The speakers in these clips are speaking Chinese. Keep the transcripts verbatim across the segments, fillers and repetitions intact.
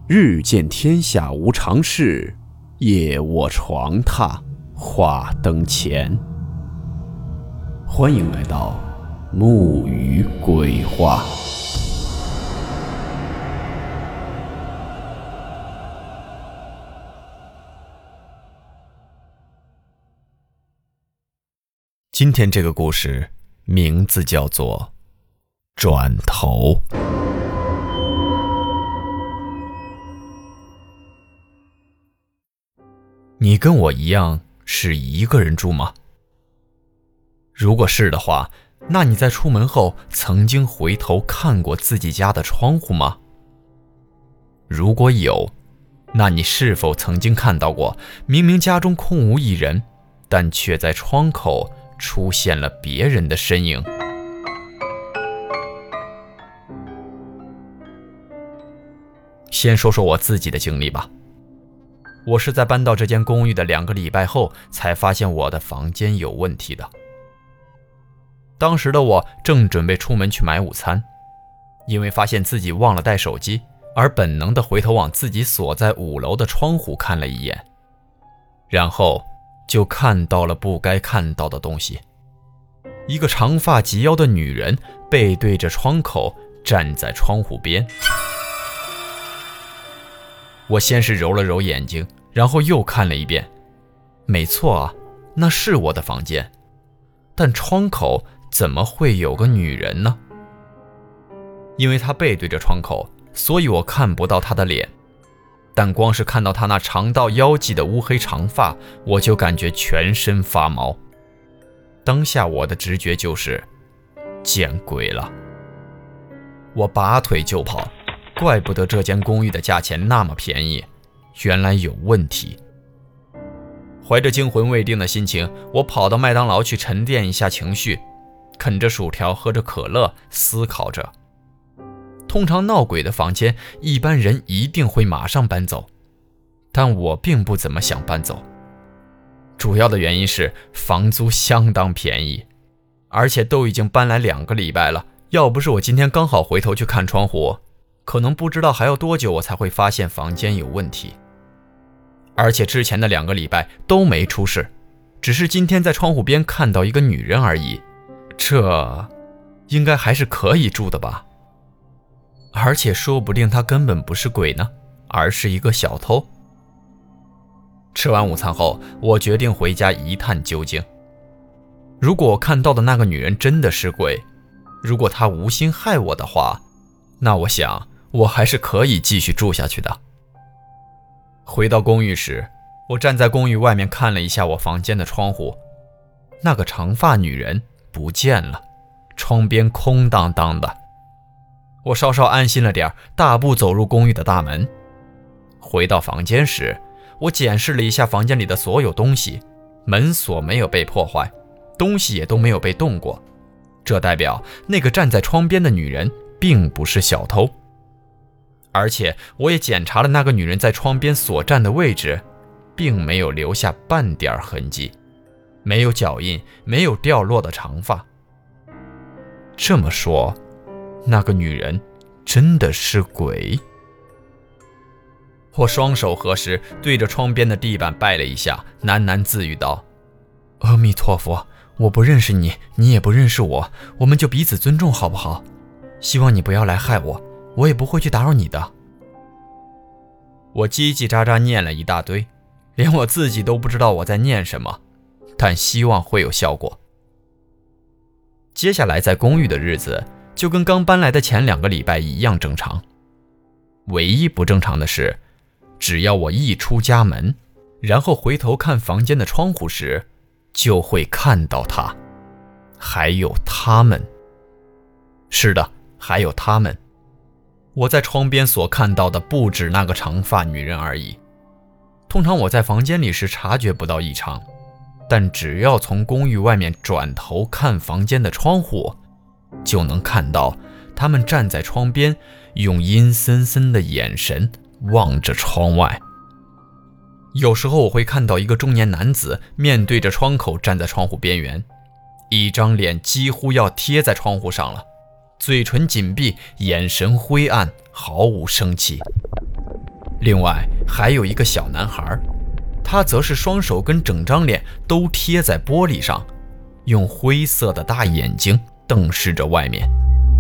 日见天下无常事，夜卧床榻话灯前。欢迎来到木鱼鬼话。今天这个故事名字叫做转头。你跟我一样是一个人住吗？如果是的话，那你在出门后曾经回头看过自己家的窗户吗？如果有，那你是否曾经看到过明明家中空无一人，但却在窗口出现了别人的身影？先说说我自己的经历吧。我是在搬到这间公寓的两个礼拜后才发现我的房间有问题的。当时的我正准备出门去买午餐，因为发现自己忘了带手机，而本能地回头往自己所在五楼的窗户看了一眼，然后就看到了不该看到的东西。一个长发及腰的女人背对着窗口站在窗户边。我先是揉了揉眼睛，然后又看了一遍。没错啊，那是我的房间，但窗口怎么会有个女人呢？因为她背对着窗口，所以我看不到她的脸，但光是看到她那长到腰际的乌黑长发，我就感觉全身发毛。当下我的直觉就是见鬼了。我拔腿就跑，怪不得这间公寓的价钱那么便宜，原来有问题。怀着惊魂未定的心情，我跑到麦当劳去沉淀一下情绪，啃着薯条，喝着可乐，思考着。通常闹鬼的房间，一般人一定会马上搬走，但我并不怎么想搬走。主要的原因是房租相当便宜，而且都已经搬来两个礼拜了，要不是我今天刚好回头去看窗户，可能不知道还要多久我才会发现房间有问题。而且之前的两个礼拜都没出事，只是今天在窗户边看到一个女人而已，这应该还是可以住的吧。而且说不定她根本不是鬼呢，而是一个小偷。吃完午餐后，我决定回家一探究竟。如果我看到的那个女人真的是鬼，如果她无心害我的话，那我想我还是可以继续住下去的。回到公寓时，我站在公寓外面看了一下我房间的窗户，那个长发女人不见了，窗边空荡荡的。我稍稍安心了点，大步走入公寓的大门。回到房间时，我检视了一下房间里的所有东西，门锁没有被破坏，东西也都没有被动过，这代表那个站在窗边的女人并不是小偷。而且我也检查了那个女人在窗边所站的位置，并没有留下半点痕迹，没有脚印，没有掉落的长发。这么说，那个女人真的是鬼？我双手合十，对着窗边的地板拜了一下，喃喃自语道：阿弥陀佛，我不认识你，你也不认识我，我们就彼此尊重好不好？希望你不要来害我，我也不会去打扰你的。我叽叽喳喳念了一大堆，连我自己都不知道我在念什么，但希望会有效果。接下来在公寓的日子就跟刚搬来的前两个礼拜一样正常，唯一不正常的是，只要我一出家门，然后回头看房间的窗户时，就会看到他，还有他们。是的，还有他们。我在窗边所看到的不止那个长发女人而已。通常我在房间里时察觉不到异常，但只要从公寓外面转头看房间的窗户，就能看到他们站在窗边，用阴森森的眼神望着窗外。有时候我会看到一个中年男子面对着窗口站在窗户边缘，一张脸几乎要贴在窗户上了，嘴唇紧闭，眼神灰暗，毫无生气。 另外还有一个小男孩，他则是双手跟整张脸都贴在玻璃上，用灰色的大眼睛瞪视着外面。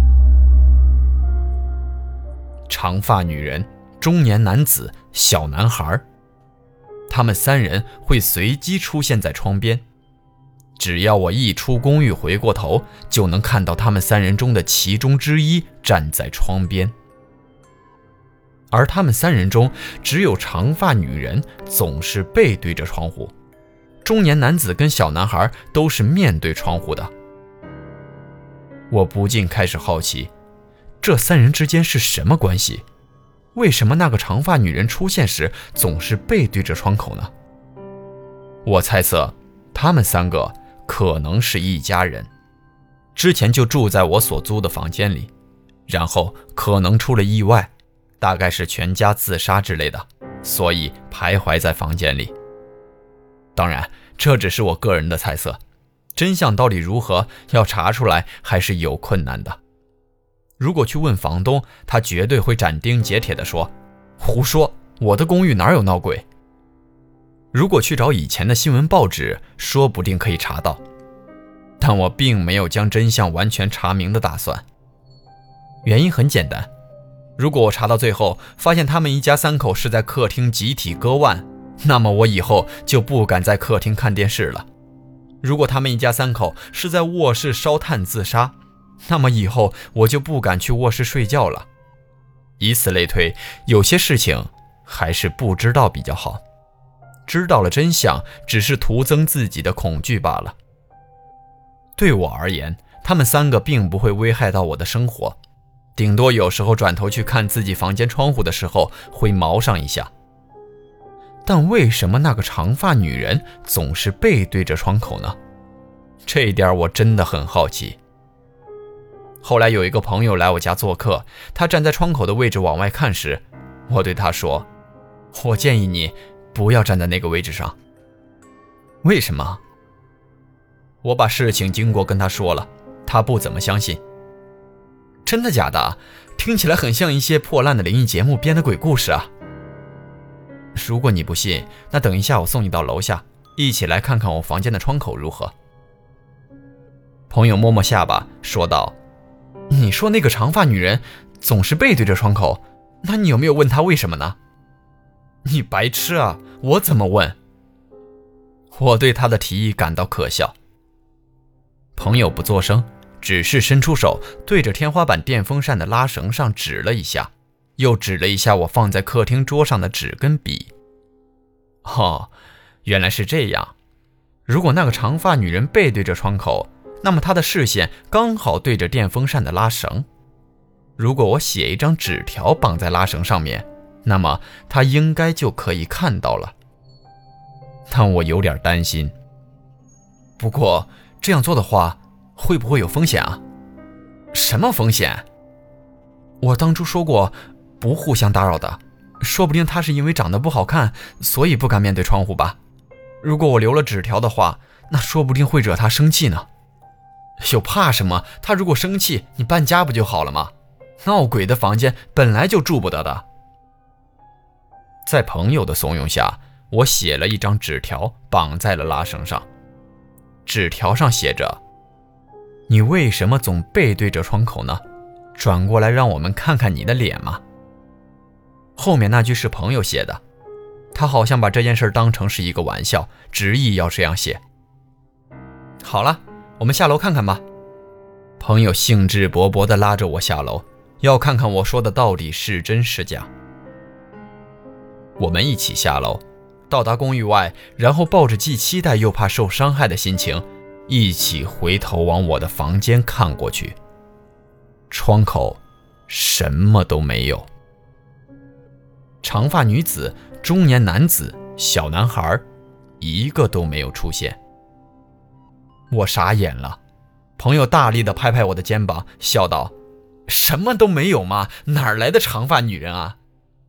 长发女人、中年男子、小男孩，他们三人会随机出现在窗边，只要我一出公寓回过头，就能看到他们三人中的其中之一站在窗边。而他们三人中，只有长发女人总是背对着窗户，中年男子跟小男孩都是面对窗户的。我不禁开始好奇，这三人之间是什么关系？为什么那个长发女人出现时总是背对着窗口呢？我猜测，他们三个可能是一家人，之前就住在我所租的房间里，然后可能出了意外，大概是全家自杀之类的，所以徘徊在房间里。当然，这只是我个人的猜测，真相到底如何，要查出来还是有困难的。如果去问房东，他绝对会斩钉截铁地说，胡说，我的公寓哪有闹鬼。如果去找以前的新闻报纸，说不定可以查到，但我并没有将真相完全查明的打算。原因很简单，如果我查到最后发现他们一家三口是在客厅集体割腕，那么我以后就不敢在客厅看电视了。如果他们一家三口是在卧室烧炭自杀，那么以后我就不敢去卧室睡觉了。以此类推，有些事情还是不知道比较好，知道了真相只是徒增自己的恐惧罢了。对我而言，他们三个并不会危害到我的生活，顶多有时候转头去看自己房间窗户的时候会毛上一下。但为什么那个长发女人总是背对着窗口呢？这一点我真的很好奇。后来有一个朋友来我家做客，他站在窗口的位置往外看时，我对他说，我建议你不要站在那个位置上。为什么？我把事情经过跟他说了，他不怎么相信。真的假的？听起来很像一些破烂的灵异节目编的鬼故事啊。如果你不信，那等一下我送你到楼下，一起来看看我房间的窗口如何？朋友摸摸下巴说道，你说那个长发女人总是背对着窗口，那你有没有问她为什么呢？你白痴啊，我怎么问？我对他的提议感到可笑。朋友不作声，只是伸出手对着天花板电风扇的拉绳上指了一下，又指了一下我放在客厅桌上的纸跟笔。哦，原来是这样。如果那个长发女人背对着窗口，那么她的视线刚好对着电风扇的拉绳。如果我写一张纸条绑在拉绳上面，那么她应该就可以看到了。但我有点担心。不过这样做的话，会不会有风险啊？什么风险？我当初说过不互相打扰的，说不定她是因为长得不好看，所以不敢面对窗户吧。如果我留了纸条的话，那说不定会惹她生气呢。有怕什么？她如果生气，你搬家不就好了吗？闹鬼的房间本来就住不得的。在朋友的怂恿下，我写了一张纸条绑在了拉绳上。纸条上写着，你为什么总背对着窗口呢？转过来让我们看看你的脸嘛。后面那句是朋友写的，他好像把这件事当成是一个玩笑，执意要这样写。好了，我们下楼看看吧。朋友兴致勃勃地拉着我下楼，要看看我说的到底是真是假。我们一起下楼，到达公寓外，然后抱着既期待又怕受伤害的心情，一起回头往我的房间看过去。窗口什么都没有。长发女子、中年男子、小男孩，一个都没有出现。我傻眼了，朋友大力地拍拍我的肩膀，笑道，什么都没有吗？哪来的长发女人啊？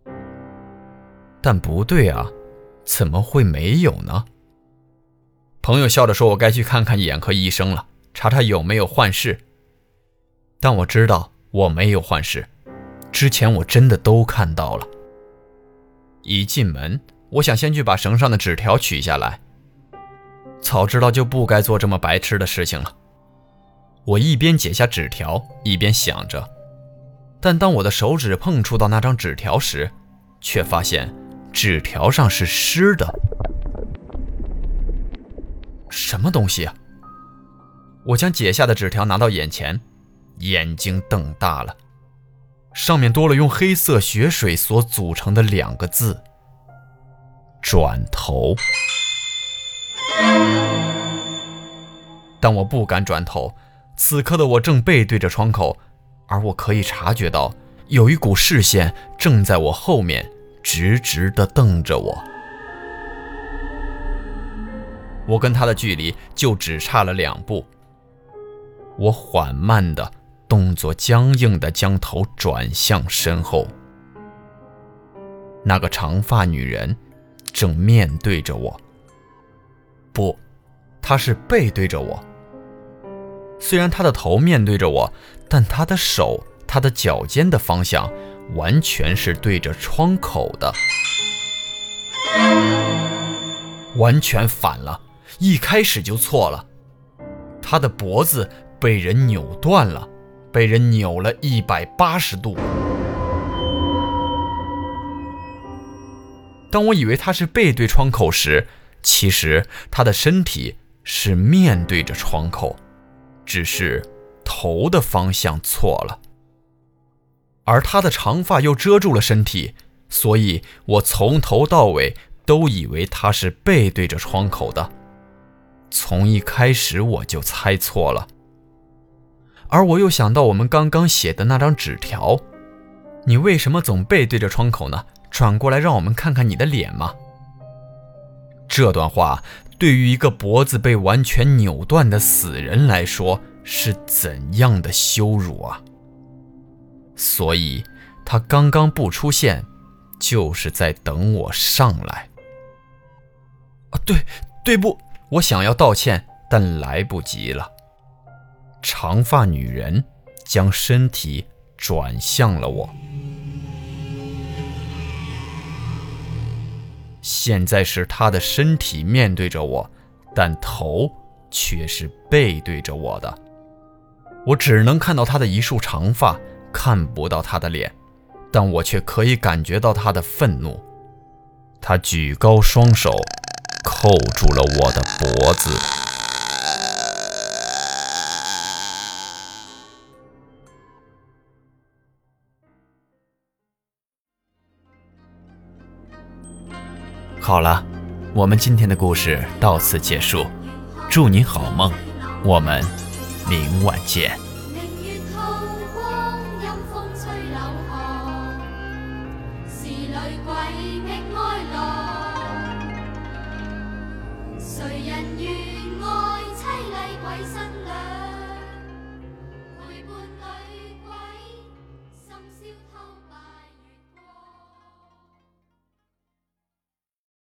但不对啊，怎么会没有呢？朋友笑着说，我该去看看眼科医生了，查查有没有幻视。但我知道我没有幻视，之前我真的都看到了。 一进门，我想先去把绳上的纸条取下来。早知道就不该做这么白痴的事情了。我一边解下纸条，一边想着，但当我的手指碰触到那张纸条时，却发现纸条上是湿的。什么东西啊？我将解下的纸条拿到眼前，眼睛瞪大了，上面多了用黑色血水所组成的两个字：转头。但我不敢转头，此刻的我正背对着窗口，而我可以察觉到有一股视线正在我后面直直地瞪着我。我跟他的距离就只差了两步。我缓慢的动作僵硬地将头转向身后，那个长发女人正面对着我。不，她是背对着我。虽然她的头面对着我，但她的手、她的脚尖的方向完全是对着窗口的，完全反了，一开始就错了。她的脖子被人扭断了，被人扭了一百八十度。当我以为他是背对窗口时，其实他的身体是面对着窗口，只是头的方向错了。而他的长发又遮住了身体，所以我从头到尾都以为他是背对着窗口的。从一开始我就猜错了。而我又想到我们刚刚写的那张纸条，你为什么总背对着窗口呢？转过来让我们看看你的脸吗？这段话对于一个脖子被完全扭断的死人来说是怎样的羞辱啊！所以他刚刚不出现，就是在等我上来。啊，对，对不，我想要道歉，但来不及了。长发女人将身体转向了我。现在是她的身体面对着我，但头却是背对着我的。我只能看到她的一束长发，看不到她的脸，但我却可以感觉到她的愤怒。她举高双手，扣住了我的脖子。好了，我们今天的故事到此结束，祝您好梦，我们明晚见。 谁人愿爱凄厉鬼身？